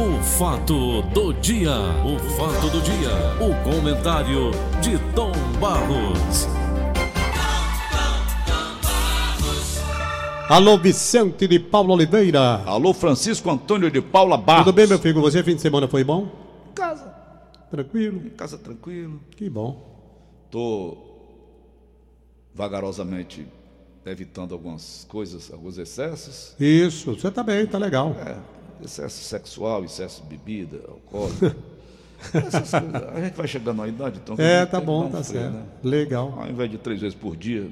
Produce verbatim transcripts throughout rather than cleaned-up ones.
O fato do dia, o fato do dia, o comentário de Tom Barros. Alô, Vicente de Paula Oliveira. Alô, Francisco Antônio de Paula Barros. Tudo bem, meu filho? Você, fim de semana foi bom? Em casa. Tranquilo? Em casa, tranquilo. Que bom. Tô vagarosamente evitando algumas coisas, alguns excessos. Isso, você tá bem, tá legal. É, excesso sexual, excesso de bebida, alcoólica. Essas coisas. A gente vai chegando na idade, então... É, tá bom, um tá freio, certo. né? Legal. Ao invés de três vezes por dia,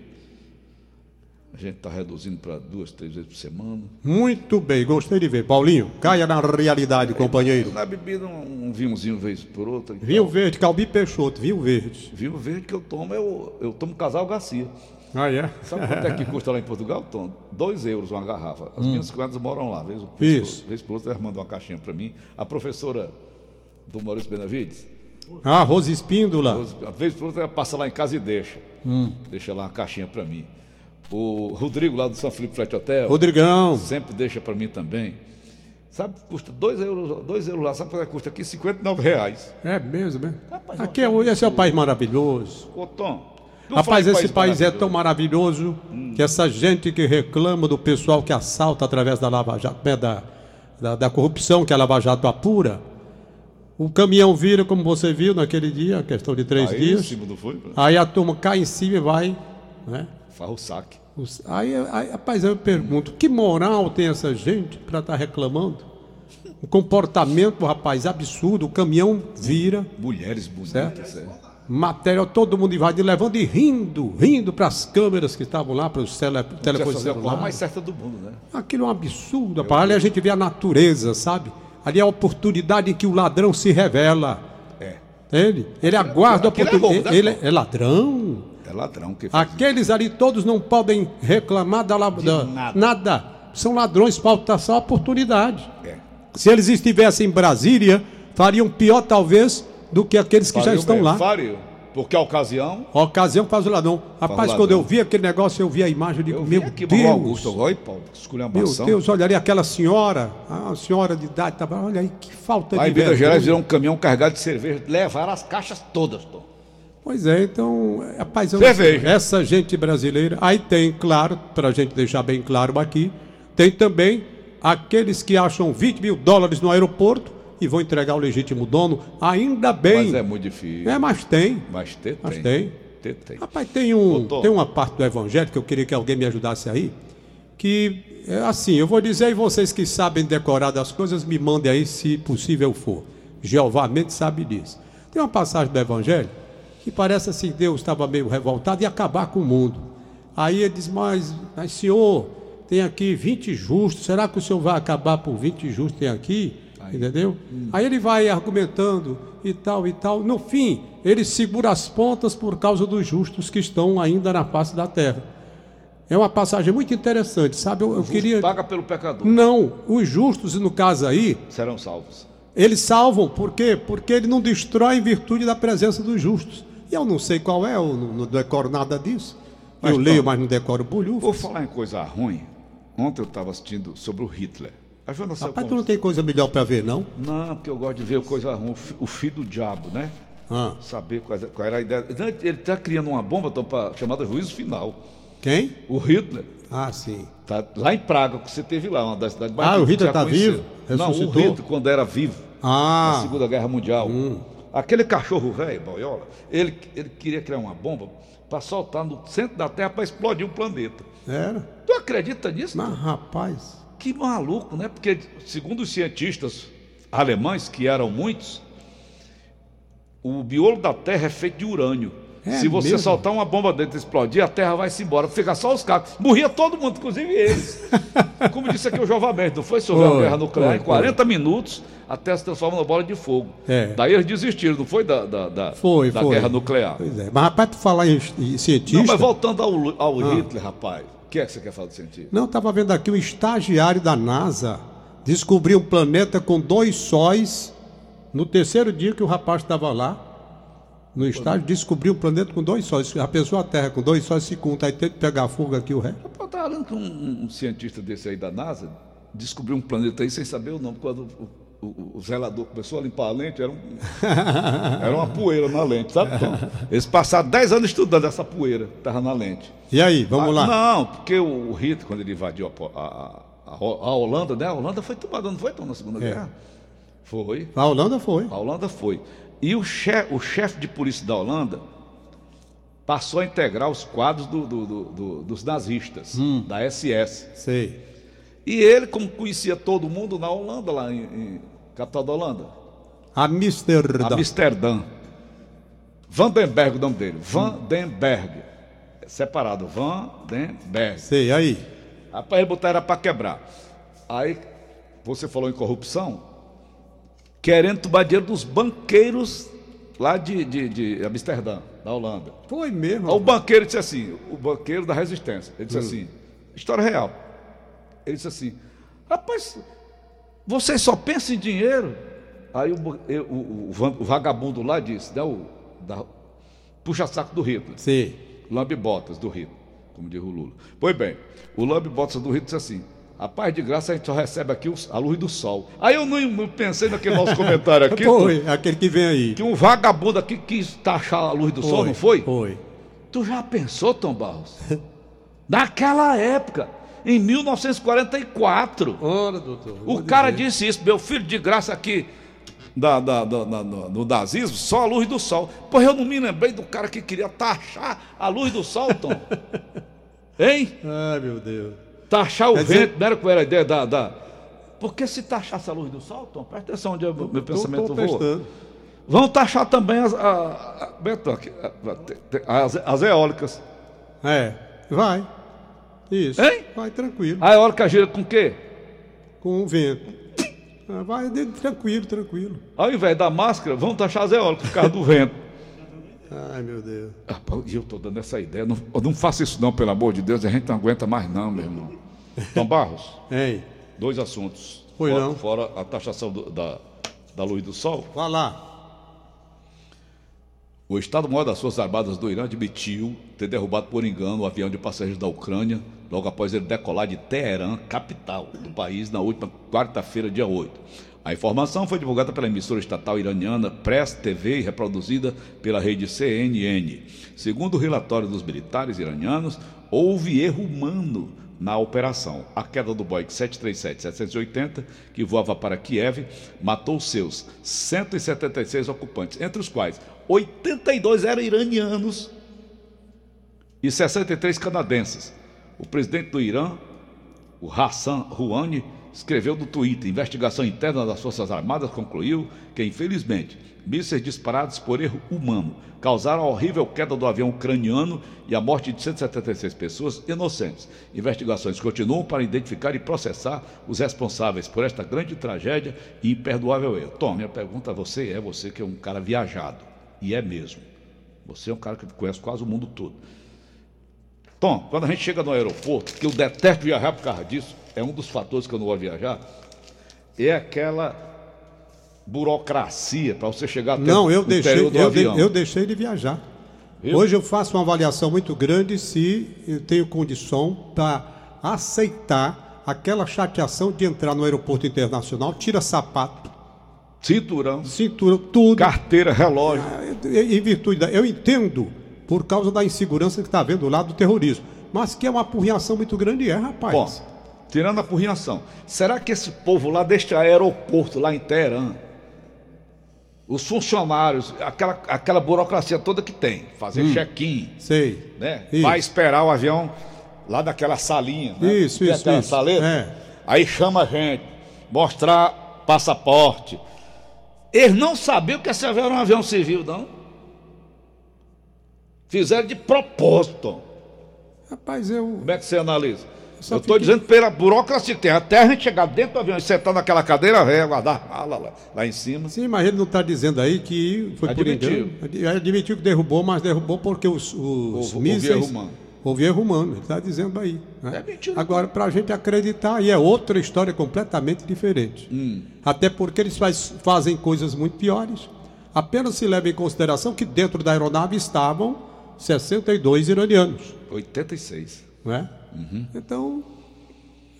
a gente está reduzindo para duas, três vezes por semana. Muito bem, gostei de ver. Paulinho, caia na realidade, companheiro. Na bebida, um, um vinhozinho vez por outra. Vinho verde, Calbi Peixoto, vinho verde. Vinho verde que eu tomo, eu, eu tomo Casal Garcia. Ah, é? Sabe quanto é que custa lá em Portugal, Tom? Dois euros uma garrafa. As hum. minhas crianças moram lá. Vez, vez, Isso. Vez por outra, elas mandam uma caixinha para mim. A professora do Maurício Benavides. Ah, Rose Espíndola. A vez por outra, ela passa lá em casa e deixa. Hum. Deixa lá uma caixinha para mim. O Rodrigo lá do São Felipe Flat Hotel. Rodrigão. Sempre deixa para mim também. Sabe, custa dois euros, dois euros lá. Sabe quanto é que custa aqui? cinquenta e nove reais. É mesmo, é? Rapaz, aqui é, esse é um país maravilhoso. Ô, Tom... Rapaz, esse país, país é tão maravilhoso hum. que essa gente que reclama do pessoal que assalta através da Lava Jato, né, da, da, da corrupção que a Lava Jato apura, o caminhão vira, como você viu naquele dia, questão de três aí, dias, cima do foi, aí a turma cai em cima e vai, né? Farra o saque. Aí, aí, rapaz, eu pergunto, que moral tem essa gente para estar tá reclamando? Um comportamento, rapaz, absurdo, o caminhão vira. Mulheres bonitas, é. Material, todo mundo invadindo, levando e rindo, rindo para as câmeras que estavam lá, para os tele, telefones celulares. A coisa mais certa do mundo, né? Aquilo é um absurdo, rapaz. Ali a gente vê a natureza, sabe? Ali é a oportunidade em que o ladrão se revela. É. Ele, ele aguarda a oportunidade. É ele é ladrão. É ladrão que faz Aqueles isso. Ali todos não podem reclamar da, da nada. nada. São ladrões, falta só a oportunidade. É. Se eles estivessem em Brasília, fariam pior talvez do que aqueles que Faria já estão mesmo. lá. Faria, porque a ocasião... A ocasião faz o ladrão. Rapaz, quando eu vi aquele negócio, eu vi a imagem de... Eu meu vi aqui, Deus. Augusto, oi, Paulo, meu Deus, olha ali aquela senhora, a senhora de idade, tá, olha aí, que falta lá de... Lá em Minas Gerais virou um caminhão carregado de cerveja, levaram as caixas todas, Tom. Pois é, então, rapaz... Eu cerveja. Essa gente brasileira, aí tem, claro, pra gente deixar bem claro aqui, tem também aqueles que acham vinte mil dólares no aeroporto, e vão entregar o legítimo dono, ainda bem. Mas é muito difícil. É, mas tem. Mas tem. Mas tem. tem. tem. Rapaz, tem, um, tem uma parte do evangelho que eu queria que alguém me ajudasse aí, que é assim, eu vou dizer, e vocês que sabem decorar das coisas, me mandem aí se possível for. Jeová mente sabe disso. Tem uma passagem do evangelho que parece assim, Deus estava meio revoltado e ia acabar com o mundo. Aí ele diz, mas, mas senhor, tem aqui vinte justos, será que o senhor vai acabar por vinte justos tem aqui? Aí. Entendeu? Hum. Aí ele vai argumentando e tal e tal. No fim, ele segura as pontas por causa dos justos que estão ainda na face da terra. É uma passagem muito interessante, sabe? Eu, eu queria... paga pelo pecador. Não, os justos, no caso aí... serão salvos. Eles salvam, por quê? Porque ele não destrói em virtude da presença dos justos. E eu não sei qual é, eu não, não decoro nada disso. Mas, eu leio, mas não decoro bolhufas. Vou falar em coisa ruim. Ontem eu estava assistindo sobre o Hitler. Rapaz, tu não tem coisa melhor para ver, não? Não, porque eu gosto de ver coisa ruim, o filho do diabo, né? Ah. Saber qual, qual era a ideia. Ele está criando uma bomba então, pra, chamada Juízo Final. Quem? O Hitler. Ah, sim. Tá lá em Praga, que você teve lá, uma das cidades mais... Ah, o Hitler está vivo? Não, o Hitler, quando era vivo, ah. na Segunda Guerra Mundial. Hum. Aquele cachorro velho, boiola, ele, ele queria criar uma bomba para soltar no centro da Terra para explodir o planeta. Era? Tu acredita nisso? Mas, rapaz... Que maluco, né? Porque, segundo os cientistas alemães, que eram muitos, o miolo da Terra é feito de urânio. É Se você mesmo? soltar uma bomba dentro e explodir, a Terra vai-se embora. Fica só os cacos. Morria todo mundo, inclusive eles. Como disse aqui o Jovem Mendes, não foi sobre a guerra nuclear? Em quarenta minutos, a Terra se transforma numa bola de fogo. É. Daí eles desistiram, não foi da, da, da, foi, da foi. guerra nuclear. Pois é. Mas, rapaz, tu falar em, em cientista... Não, mas voltando ao, ao ah. Hitler, rapaz... O que é que você quer falar do cientista? Não, estava vendo aqui um estagiário da NASA descobriu um planeta com dois sóis. No terceiro dia que o rapaz estava lá, no estágio, descobriu um planeta com dois sóis. A pessoa, a Terra, com dois sóis se conta, aí tem que pegar fogo aqui o resto. Eu estava falando que um, um cientista desse aí da NASA descobriu um planeta aí sem saber o nome. Quando o, o zelador começou a limpar a lente, era, um, era uma poeira na lente, sabe? Então, eles passaram dez anos estudando essa poeira que estava na lente. E aí, vamos ah, lá. Não, porque o, o Hitler, quando ele invadiu a, a, a, a Holanda, né? A Holanda foi tomada, não foi tão na Segunda é. Guerra? Foi. A Holanda foi. A Holanda foi. E o chefe, o chefe de polícia da Holanda passou a integrar os quadros do, do, do, do, dos nazistas, hum. da S S. Sei. E ele, como conhecia todo mundo na Holanda, lá em, em capital da Holanda. Amsterdã. Amsterdã. Vandenberg, o nome dele. Vandenberg. Separado. Vandenberg. Sei, aí. Rapaz, ele botar era para quebrar. Aí, você falou em corrupção, querendo tomar dinheiro dos banqueiros lá de, de, de Amsterdã, da Holanda. Foi mesmo. O banqueiro disse assim, o banqueiro da resistência, ele disse hum. assim, história real. Ele disse assim, rapaz, vocês só pensam em dinheiro? Aí o, o, o, o vagabundo lá disse, né, o da, puxa-saco do Hitler. Sim. Lambe-botas do Hitler, como diz o Lula. Pois bem, o lambe-botas do Hitler disse assim, rapaz, de graça a gente só recebe aqui a luz do sol. Aí eu não pensei naquele nosso comentário aqui. Foi, tu, aquele que vem aí. Que um vagabundo aqui quis taxar a luz do foi, sol, não foi? Foi. Tu já pensou, Tom Barros? Naquela época, em mil novecentos e quarenta e quatro. Ora, doutor. O cara dizer. disse isso, meu filho, de graça aqui da, da, da, da, no nazismo, só a luz do sol. Pois eu não me lembrei do cara que queria taxar a luz do sol, Tom. Hein? Ai, meu Deus. Taxar o Quer vento, dizer... não era qual era a ideia da, da... Porque se taxasse a luz do sol, Tom, presta atenção onde o meu pensamento voa. Vão taxar também as, a, a, as, as eólicas. É, vai. Isso. Hein? Vai tranquilo. A eólica gira com o quê? Com o vento. Vai tranquilo, tranquilo. Ao invés da máscara, vão taxar as eólicas por causa do vento. Ai, meu Deus. E eu estou dando essa ideia. Não, não faça isso não, pelo amor de Deus. A gente não aguenta mais não, meu irmão. Tom Barros. Ei. Dois assuntos. Foi fora, não. Fora a taxação do, da, da luz do sol. Vá lá. O Estado-Maior das Forças Armadas do Irã admitiu ter derrubado por engano o avião de passageiros da Ucrânia, logo após ele decolar de Teherã, capital do país, na última quarta-feira, dia oito. A informação foi divulgada pela emissora estatal iraniana Press T V e reproduzida pela rede C N N. Segundo o relatório dos militares iranianos, houve erro humano na operação. A queda do Boeing sete três sete setecentos e oitenta, que voava para Kiev, matou seus cento e setenta e seis ocupantes, entre os quais oitenta e dois eram iranianos e sessenta e três canadenses. O presidente do Irã, o Hassan Rouhani, escreveu no Twitter: investigação interna das Forças Armadas concluiu que, infelizmente, mísseis disparados por erro humano causaram a horrível queda do avião ucraniano e a morte de cento e setenta e seis pessoas inocentes. Investigações continuam para identificar e processar os responsáveis por esta grande tragédia e imperdoável erro. Tom, minha pergunta a você é, você que é um cara viajado, e é mesmo, você é um cara que conhece quase o mundo todo. Tom, quando a gente chega no aeroporto, que eu detesto viajar por causa disso, é um dos fatores que eu não vou viajar, é aquela burocracia para você chegar até não, eu o deixei, interior do eu avião. De, eu deixei de viajar. Viu? Hoje eu faço uma avaliação muito grande se eu tenho condição para aceitar aquela chateação de entrar no aeroporto internacional, tira sapato, cinturão, cinturão, tudo, carteira, relógio. Em virtude da, eu entendo por causa da insegurança que está havendo lá do terrorismo, mas que é uma apurrinhação muito grande, é, rapaz. Bom, tirando a apurrinhação, será que esse povo lá deste aeroporto lá em Teherã, os funcionários, aquela, aquela burocracia toda que tem, fazer hum, check-in, sei, né? Vai esperar o avião lá daquela salinha, né? Isso, tem isso, aquela isso. saleta, é. Aí chama a gente, mostrar passaporte. Eles não sabiam que esse avião era um avião civil, não. Fizeram de propósito. Rapaz, eu... Como é que você analisa? Eu estou fiquei... dizendo pela burocracia que tem. Até a gente chegar dentro do avião e sentar naquela cadeira, vai aguardar ah, lá, lá, lá em cima. Sim, mas ele não está dizendo aí que foi admitiu. por engano. Ele admitiu que derrubou, mas derrubou porque os, os houve, mísseis... houve erro humano. Houve erro humano, ele está dizendo aí. Né? É mentira. Agora, para a gente acreditar, aí é outra história completamente diferente. Hum. Até porque eles faz, fazem coisas muito piores. Apenas se leva em consideração que dentro da aeronave estavam sessenta e dois iranianos. oitenta e seis. Não é? Uhum. Então,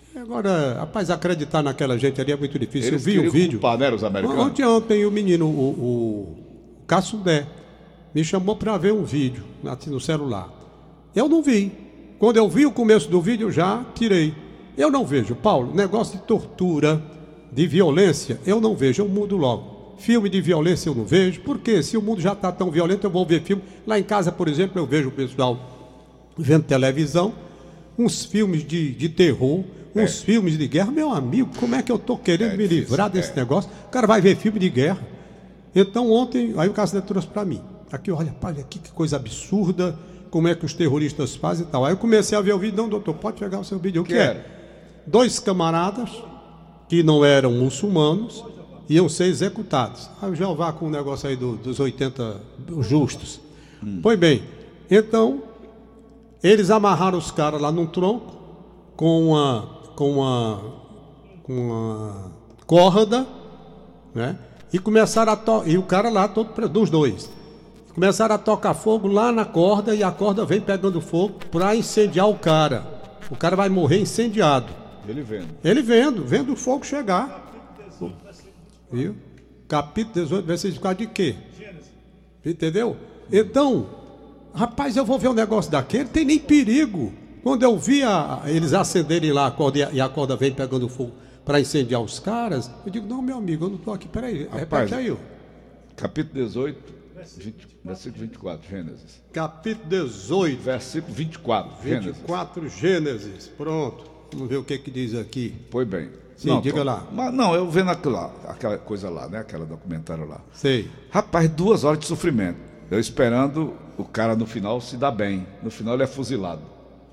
Agora, rapaz, acreditar naquela gente ali é muito difícil. Eles eu vi o vídeo. Culpar, né, os americanos? Ontem, ontem o menino, o, o Cassundé, me chamou para ver um vídeo no celular. Eu não vi. Quando eu vi o começo do vídeo, eu já tirei. Eu não vejo, Paulo, negócio de tortura, de violência, eu não vejo, eu mudo logo. Filme de violência eu não vejo, porque se o mundo já está tão violento, eu vou ver filme. Lá em casa, por exemplo, eu vejo o pessoal vendo televisão, uns filmes de, de terror, uns é. filmes de guerra. Meu amigo, como é que eu estou querendo é me difícil, livrar desse é. negócio? O cara vai ver filme de guerra. Então ontem, aí o Cassundé trouxe para mim. Aqui, olha, olha aqui que coisa absurda, como é que os terroristas fazem e tal. Aí eu comecei a ver o vídeo. Não, doutor, pode pegar o seu vídeo. O que é? Dois camaradas que não eram muçulmanos iam ser executados. Aí o Jeová com o negócio aí do, dos oitenta justos. Hum. Pois bem, então eles amarraram os caras lá num tronco com uma, com uma, com uma corda, né? E começaram a to... e o cara lá todo dos dois começaram a tocar fogo lá na corda, e a corda vem pegando fogo para incendiar o cara. O cara vai morrer incendiado. Ele vendo. Ele vendo, vendo o fogo chegar. Viu? Capítulo dezoito, versículo vinte e quatro de quê? Entendeu? Então, rapaz, eu vou ver um negócio daquele, tem nem perigo. Quando eu vi a, eles acenderem lá a corda e a corda vem pegando fogo para incendiar os caras, eu digo, não, meu amigo, eu não estou aqui, peraí, repete aí. Ó. Capítulo dezoito, vinte, versículo vinte e quatro, Gênesis. Capítulo dezoito. Versículo vinte e quatro, Gênesis. vinte e quatro, Gênesis, pronto. Vamos ver o que que diz aqui. Pois bem. Sim, não, diga tô, lá. Mas não, eu vendo aquela, aquela coisa lá, né? Aquela documentário lá. Sei. Rapaz, duas horas de sofrimento. Eu esperando o cara no final se dar bem. No final ele é fuzilado.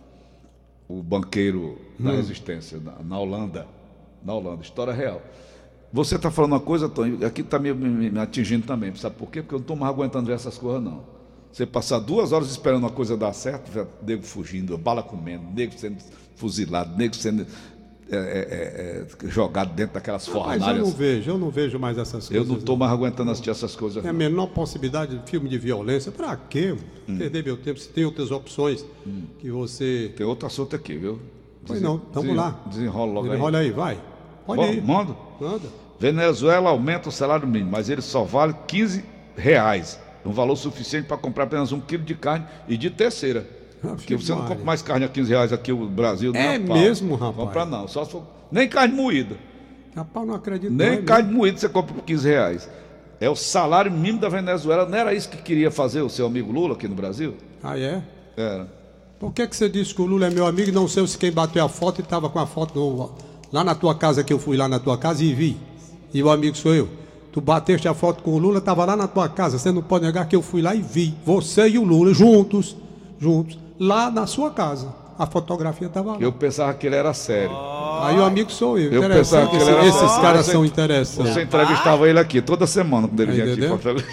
O banqueiro da hum. resistência, na, na Holanda. Na Holanda, história real. Você está falando uma coisa, Tony, aqui está me, me, me atingindo também. Sabe por quê? Porque eu não estou mais aguentando ver essas coisas, não. Você passar duas horas esperando uma coisa dar certo, nego fugindo, bala comendo, nego sendo fuzilado, nego sendo é, é, é, jogado dentro daquelas fornalhas. Mas eu não vejo, eu não vejo mais essas coisas. Eu não estou mais aguentando assistir essas coisas. É a menor possibilidade de filme de violência. Para quê? Hum. Perder meu tempo, se tem outras opções hum. que você... Tem outro assunto aqui, viu? Pois não, vamos lá. Desenrola logo Desenrola aí. aí, vai. Pode Bom, ir. Manda? Manda. Venezuela aumenta o salário mínimo, mas ele só vale quinze reais. Um valor suficiente para comprar apenas um quilo de carne e de terceira. Ah, porque você não compra mais carne a quinze reais aqui no Brasil. É não, mesmo, rapaz? Compra não, só se for... Nem carne moída. Rapaz, não acredito. Nem não, carne mesmo. moída você compra por quinze reais. É o salário mínimo da Venezuela. Não era isso que queria fazer o seu amigo Lula aqui no Brasil? Ah, é? Era. Por que, que você disse que o Lula é meu amigo e não sei se quem bateu a foto e estava com a foto no... lá na tua casa, que eu fui lá na tua casa e vi. E o amigo sou eu. Tu bateste a foto com o Lula, estava lá na tua casa. Você não pode negar que eu fui lá e vi. Você e o Lula juntos, juntos, lá na sua casa. A fotografia estava lá. Eu pensava que ele era sério. Aí o amigo sou eu. Eu pensava que ele era Esses sério. caras você, são interessantes. Você entrevistava ele aqui toda semana quando ele vinha aqui.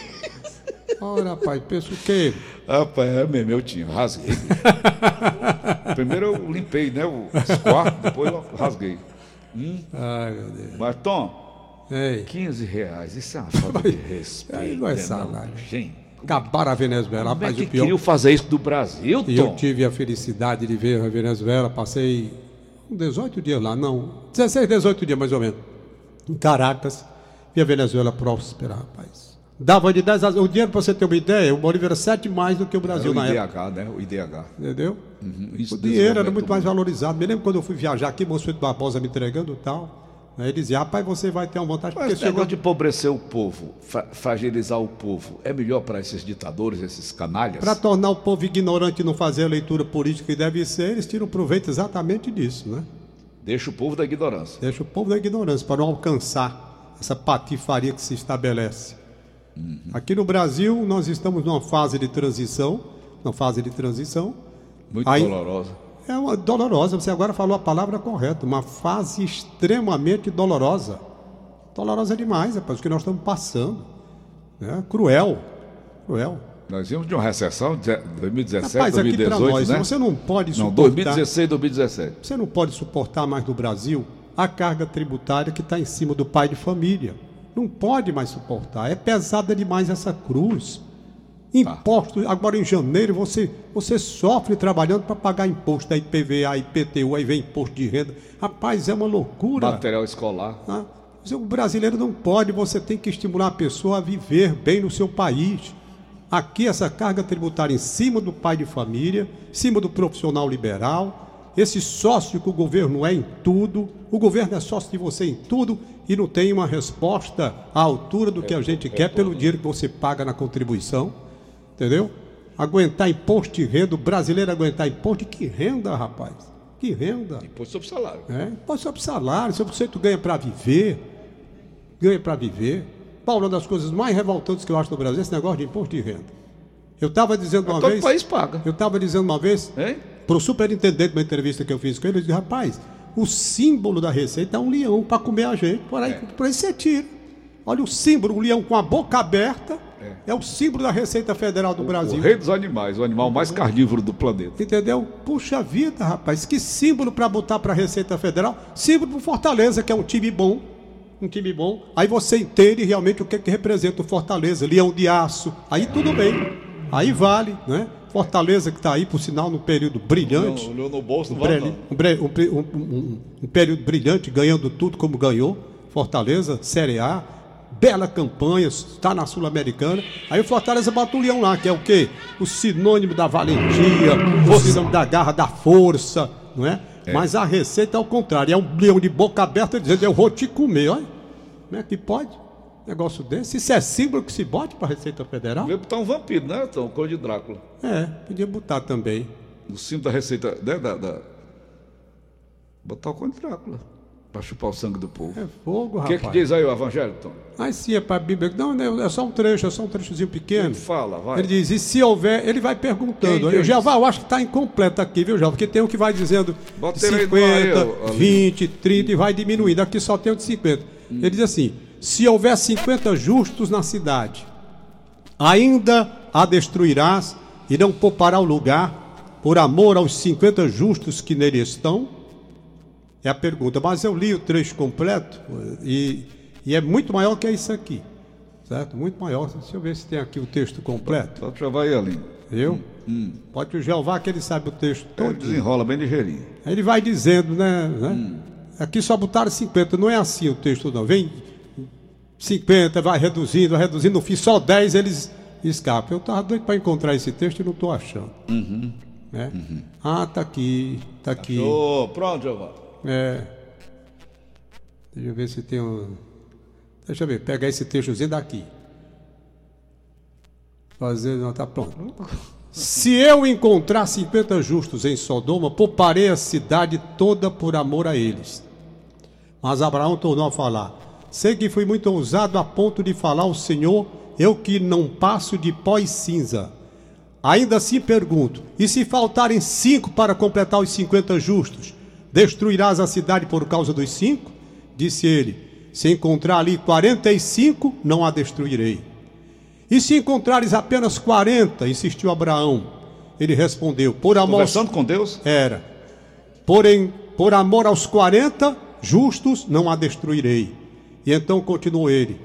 Ora, rapaz, pensa o quê? Rapaz, é mesmo, eu tinha, rasguei. Primeiro eu limpei, né, os quartos, depois eu rasguei. Hum. Ai, meu Deus. Mas, Tom, Ei. quinze reais, isso é uma falta de respeito. Aí vai salário. Gente. Acabaram a Venezuela. Como rapaz, é que o pior... queriam fazer isso do Brasil, Tom? E eu tive a felicidade de ver a Venezuela, passei dezoito dias lá, não, dezesseis, dezoito dias mais ou menos, em Caracas, e a Venezuela próspera, rapaz. Dava de dez a... O dinheiro, para você ter uma ideia, o Bolívar era sete mais do que o Brasil era o na I D H, época. né? O I D H. Entendeu? Uhum. O dinheiro era muito mais valorizado. Me lembro quando eu fui viajar aqui, o Monsenhor Barbosa me entregando e tal. Aí ele dizia, rapaz, você vai ter uma vontade... Mas porque o negócio chegou... de empobrecer o povo, fra fragilizar o povo, é melhor para esses ditadores, esses canalhas? Para tornar o povo ignorante e não fazer a leitura política que deve ser, eles tiram proveito exatamente disso, né? Deixa o povo da ignorância. Deixa o povo da ignorância, para não alcançar essa patifaria que se estabelece. Uhum. Aqui no Brasil, nós estamos numa fase de transição, uma fase de transição... Muito Aí, dolorosa. É uma dolorosa, você agora falou a palavra correta, uma fase extremamente dolorosa. Dolorosa demais, rapaz, o que nós estamos passando. Né? Cruel, cruel. Nós vimos de uma recessão de dois mil e dezessete, rapaz, dois mil e dezoito, aqui pra nós, né? Você não pode suportar... Não, dois mil e dezesseis, dois mil e dezessete. Você não pode suportar mais no Brasil a carga tributária que está em cima do pai de família. Não pode mais suportar, é pesada demais essa cruz. Impostos, agora em janeiro você, você sofre trabalhando para pagar imposto da I P V A, I P T U, aí vem imposto de renda. Rapaz, é uma loucura. Material escolar. Ah, o brasileiro não pode, você tem que estimular a pessoa a viver bem no seu país. Aqui essa carga tributária em cima do pai de família, em cima do profissional liberal, esse sócio que o governo é em tudo, o governo é sócio de você em tudo e não tem uma resposta à altura do que a gente quer pelo dinheiro que você paga na contribuição. Entendeu? Aguentar imposto de renda, o brasileiro aguentar imposto de que renda, rapaz? Que renda? Imposto sobre salário. É, imposto sobre salário, se você ganha para viver, ganha para viver. Paulo, uma das coisas mais revoltantes que eu acho no Brasil é esse negócio de imposto de renda. Eu estava dizendo uma todo vez... Todo país paga. Eu estava dizendo uma vez, para o superintendente, uma entrevista que eu fiz com ele, eu disse, rapaz, o símbolo da Receita é um leão para comer a gente, por aí, é. por aí você tira. Olha o símbolo, um leão com a boca aberta, é, é o símbolo da Receita Federal do o, Brasil. O rei dos animais, o animal mais carnívoro do planeta. Entendeu? Puxa vida, rapaz, que símbolo para botar para a Receita Federal, símbolo para o Fortaleza, que é um time bom, um time bom, aí você entende realmente o que, é que representa o Fortaleza, leão de aço, aí tudo bem, aí vale, né? Fortaleza que está aí, por sinal, num período brilhante. Olhou no bolso, não um, vale, não. Um, um, um, um período brilhante, ganhando tudo como ganhou. Fortaleza, Série A, bela campanha, está na Sul-Americana. Aí o Fortaleza bota o leão lá, que é o quê? O sinônimo da valentia, o sinônimo da garra, da força, não é? é? Mas a Receita é o contrário, é um leão de boca aberta dizendo, eu vou te comer, olha. Como é que pode? Negócio desse? Isso é símbolo que se bote para a Receita Federal? Podia botar um vampiro, né, Tom? Cor de Drácula. É, podia botar também. O símbolo da Receita, né, da, da... botar o Cor de Drácula, para chupar o sangue do povo. É fogo, rapaz. O que, que diz aí o Evangelho, Tom? Ah, sim, é para a Bíblia. Não, é só um trecho, é só um trechozinho pequeno. Ele fala, vai. Ele diz, e se houver, ele vai perguntando. Eu já eu acho que está incompleto aqui, viu, João? Porque tem um que vai dizendo Bota cinquenta, aí, vinte, trinta e vai diminuindo. Aqui só tem o de cinquenta. Hum. Ele diz assim, se houver cinquenta justos na cidade, ainda a destruirás e não poupará o lugar, por amor aos cinquenta justos que nele estão? É a pergunta, mas eu li o trecho completo e, e é muito maior que isso aqui, certo? Muito maior. Deixa eu ver se tem aqui o texto completo. Pode chamar aí, Aline. Viu? Hum, hum. Pode o Jeová que ele sabe o texto todo. Ele desenrola bem ligeirinho. Aí ele vai dizendo, né? né? Hum. Aqui só botaram cinquenta, não é assim o texto não. Vem cinquenta, vai reduzindo, vai reduzindo, no fim só dez eles escapam. Eu estava doido para encontrar esse texto e não estou achando. Uhum. Né? Uhum. Ah, tá aqui, tá aqui. Oh, pronto, Jeová. É. Deixa eu ver se tem um. Deixa eu ver, pegar esse textozinho daqui. Fazer. Não, tá pronto. Se eu encontrar cinquenta justos em Sodoma, pouparei a cidade toda por amor a eles. Mas Abraão tornou a falar: sei que fui muito ousado a ponto de falar ao Senhor, eu que não passo de pó e cinza. Ainda assim pergunto: e se faltarem cinco para completar os cinquenta justos? Destruirás a cidade por causa dos cinco? Disse ele: se encontrar ali quarenta e cinco, não a destruirei. E se encontrares apenas quarenta? Insistiu Abraão. Ele respondeu: por amor... Conversando com Deus? Era. Porém, por amor aos quarenta justos, não a destruirei. E então continuou ele: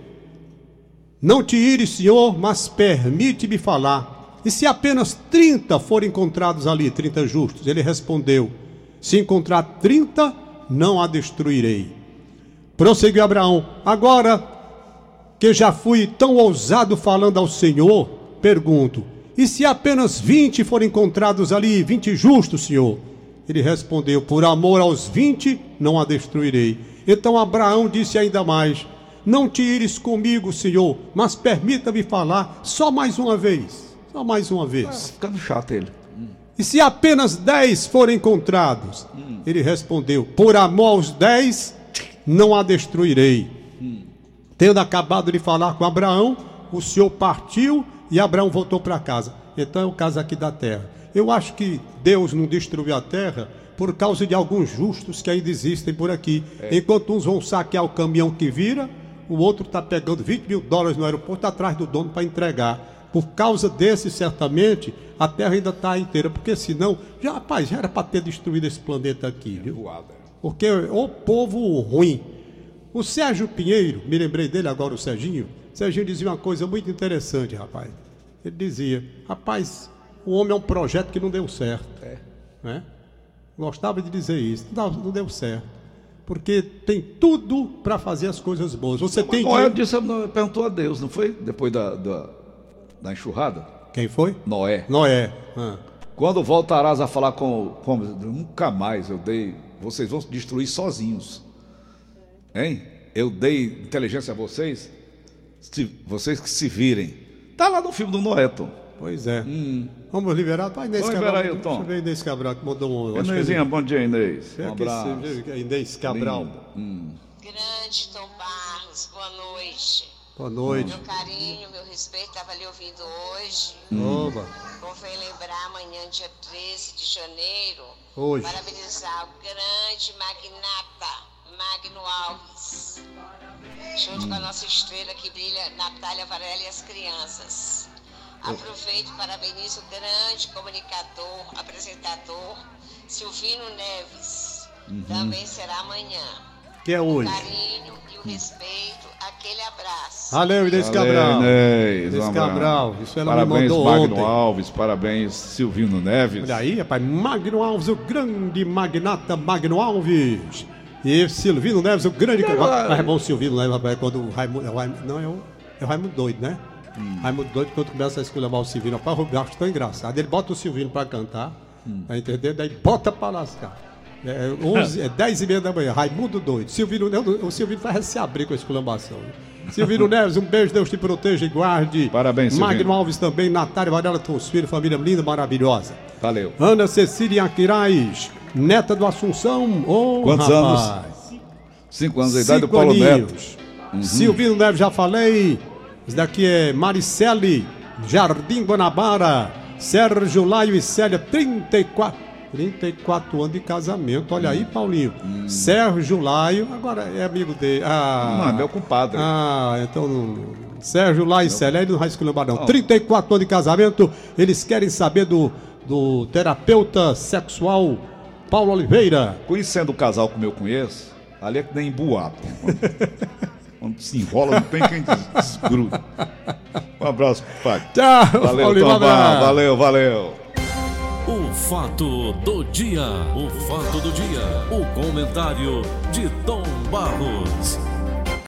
não te ires, Senhor, mas permite-me falar. E se apenas trinta forem encontrados ali, trinta justos? Ele respondeu: se encontrar trinta, não a destruirei. Prosseguiu Abraão: agora que já fui tão ousado falando ao Senhor, pergunto: e se apenas vinte forem encontrados ali, vinte justos, Senhor? Ele respondeu: por amor aos vinte, não a destruirei. Então Abraão disse ainda mais: não te ires comigo, Senhor, mas permita-me falar só mais uma vez. Só mais uma vez. Ah, ficando chato ele. E se apenas dez forem encontrados? Hum. Ele respondeu: por amor aos dez, não a destruirei. Hum. Tendo acabado de falar com Abraão, o Senhor partiu e Abraão voltou para casa. Então é o caso aqui da terra. Eu acho que Deus não destruiu a terra por causa de alguns justos que ainda existem por aqui. É. Enquanto uns vão saquear o caminhão que vira, o outro está pegando vinte mil dólares no aeroporto atrás do dono para entregar. Por causa desse, certamente, a Terra ainda está inteira, porque senão, já, rapaz, já era para ter destruído esse planeta aqui, viu? Porque o povo ruim. O Sérgio Pinheiro, me lembrei dele agora, o Serginho, o Serginho dizia uma coisa muito interessante, rapaz. Ele dizia, rapaz, o homem é um projeto que não deu certo. É. Né? Gostava de dizer isso, não, não deu certo. Porque tem tudo para fazer as coisas boas. Você tem Noé que... disse, perguntou a Deus, não foi? Depois da, da, da enxurrada? Quem foi? Noé. Noé. Ah. Quando voltarás a falar com, com... Nunca mais eu dei... Vocês vão se destruir sozinhos. Hein? Eu dei inteligência a vocês. Se, vocês que se virem. Tá lá no filme do Noé, Tom. Pois é. Hum. Vamos liberar. Vai, Inês Vamos Cabral. liberar aí, Tom. Deixa eu ver Inês Cabral que mandou um... Inezinha, bom dia, Inês. É Um abraço. Você, Inês Cabral. Hum. Grande Tom Barros, boa noite. Boa noite. Meu carinho, meu respeito, estava lhe ouvindo hoje. Hum. Oba. Convém lembrar amanhã, dia treze de janeiro, Hoje. parabenizar o grande magnata Magno Alves, junto hum. com a nossa estrela que brilha, Natália Varela e as crianças. Aproveito e parabenizo o grande comunicador, apresentador, Silvino Neves. Uhum. Também será amanhã. Que é hoje. O carinho e o respeito, aquele abraço. Valeu, Inês Cabral. Inês, Inês Cabral. Isso ela parabéns, me mandou Magno ontem. Alves, parabéns, Silvino Neves. Olha aí, rapaz, Magno Alves, o grande magnata Magno Alves. E Silvino Neves, o grande... Mas é bom o Silvino Neves, rapaz, quando o Raimundo... É o Raimundo não, é o, é o Raimundo doido, né? Hum. Raimundo doido, quando começa a esculhambar o Silvino, rapaz, eu acho tão engraçado. Ele bota o Silvino pra cantar, hum. tá entendendo? Daí bota pra lascar. É, onze, é dez e meia da manhã, Raimundo doido. Silvino, o Silvino vai se abrir com a esculhambação. Silvino Neves, um beijo, Deus te proteja e guarde. Parabéns, Silvino. Magno Alves também, Natália Varela, teus filhos, família linda, maravilhosa. Valeu. Ana Cecília Aquiraz, neta do Assunção. Oh, quantos rapaz. anos? Cinco anos, a idade do Cinco Paulo aninhos. Neto. Uhum. Silvino Neves, já falei. Esse daqui é Maricele, Jardim Guanabara. Sérgio Laio e Célia, trinta e quatro. trinta e quatro anos de casamento, olha hum. aí, Paulinho. Hum. Sérgio Laio, agora é amigo dele. Ah, não, é meu compadre. Ah, então não. Sérgio Laio e Célia, aí não vai esculhambar não. trinta e quatro anos de casamento, eles querem saber do, do terapeuta sexual Paulo Oliveira. Conhecendo o casal como eu conheço, ali é que nem em boato. Quando, quando se enrola, não tem quem desgruda. Um abraço, pai. Tchau, valeu, Paulinho, Tom, valeu, valeu. O fato do dia, o fato do dia, o comentário de Tom Barros.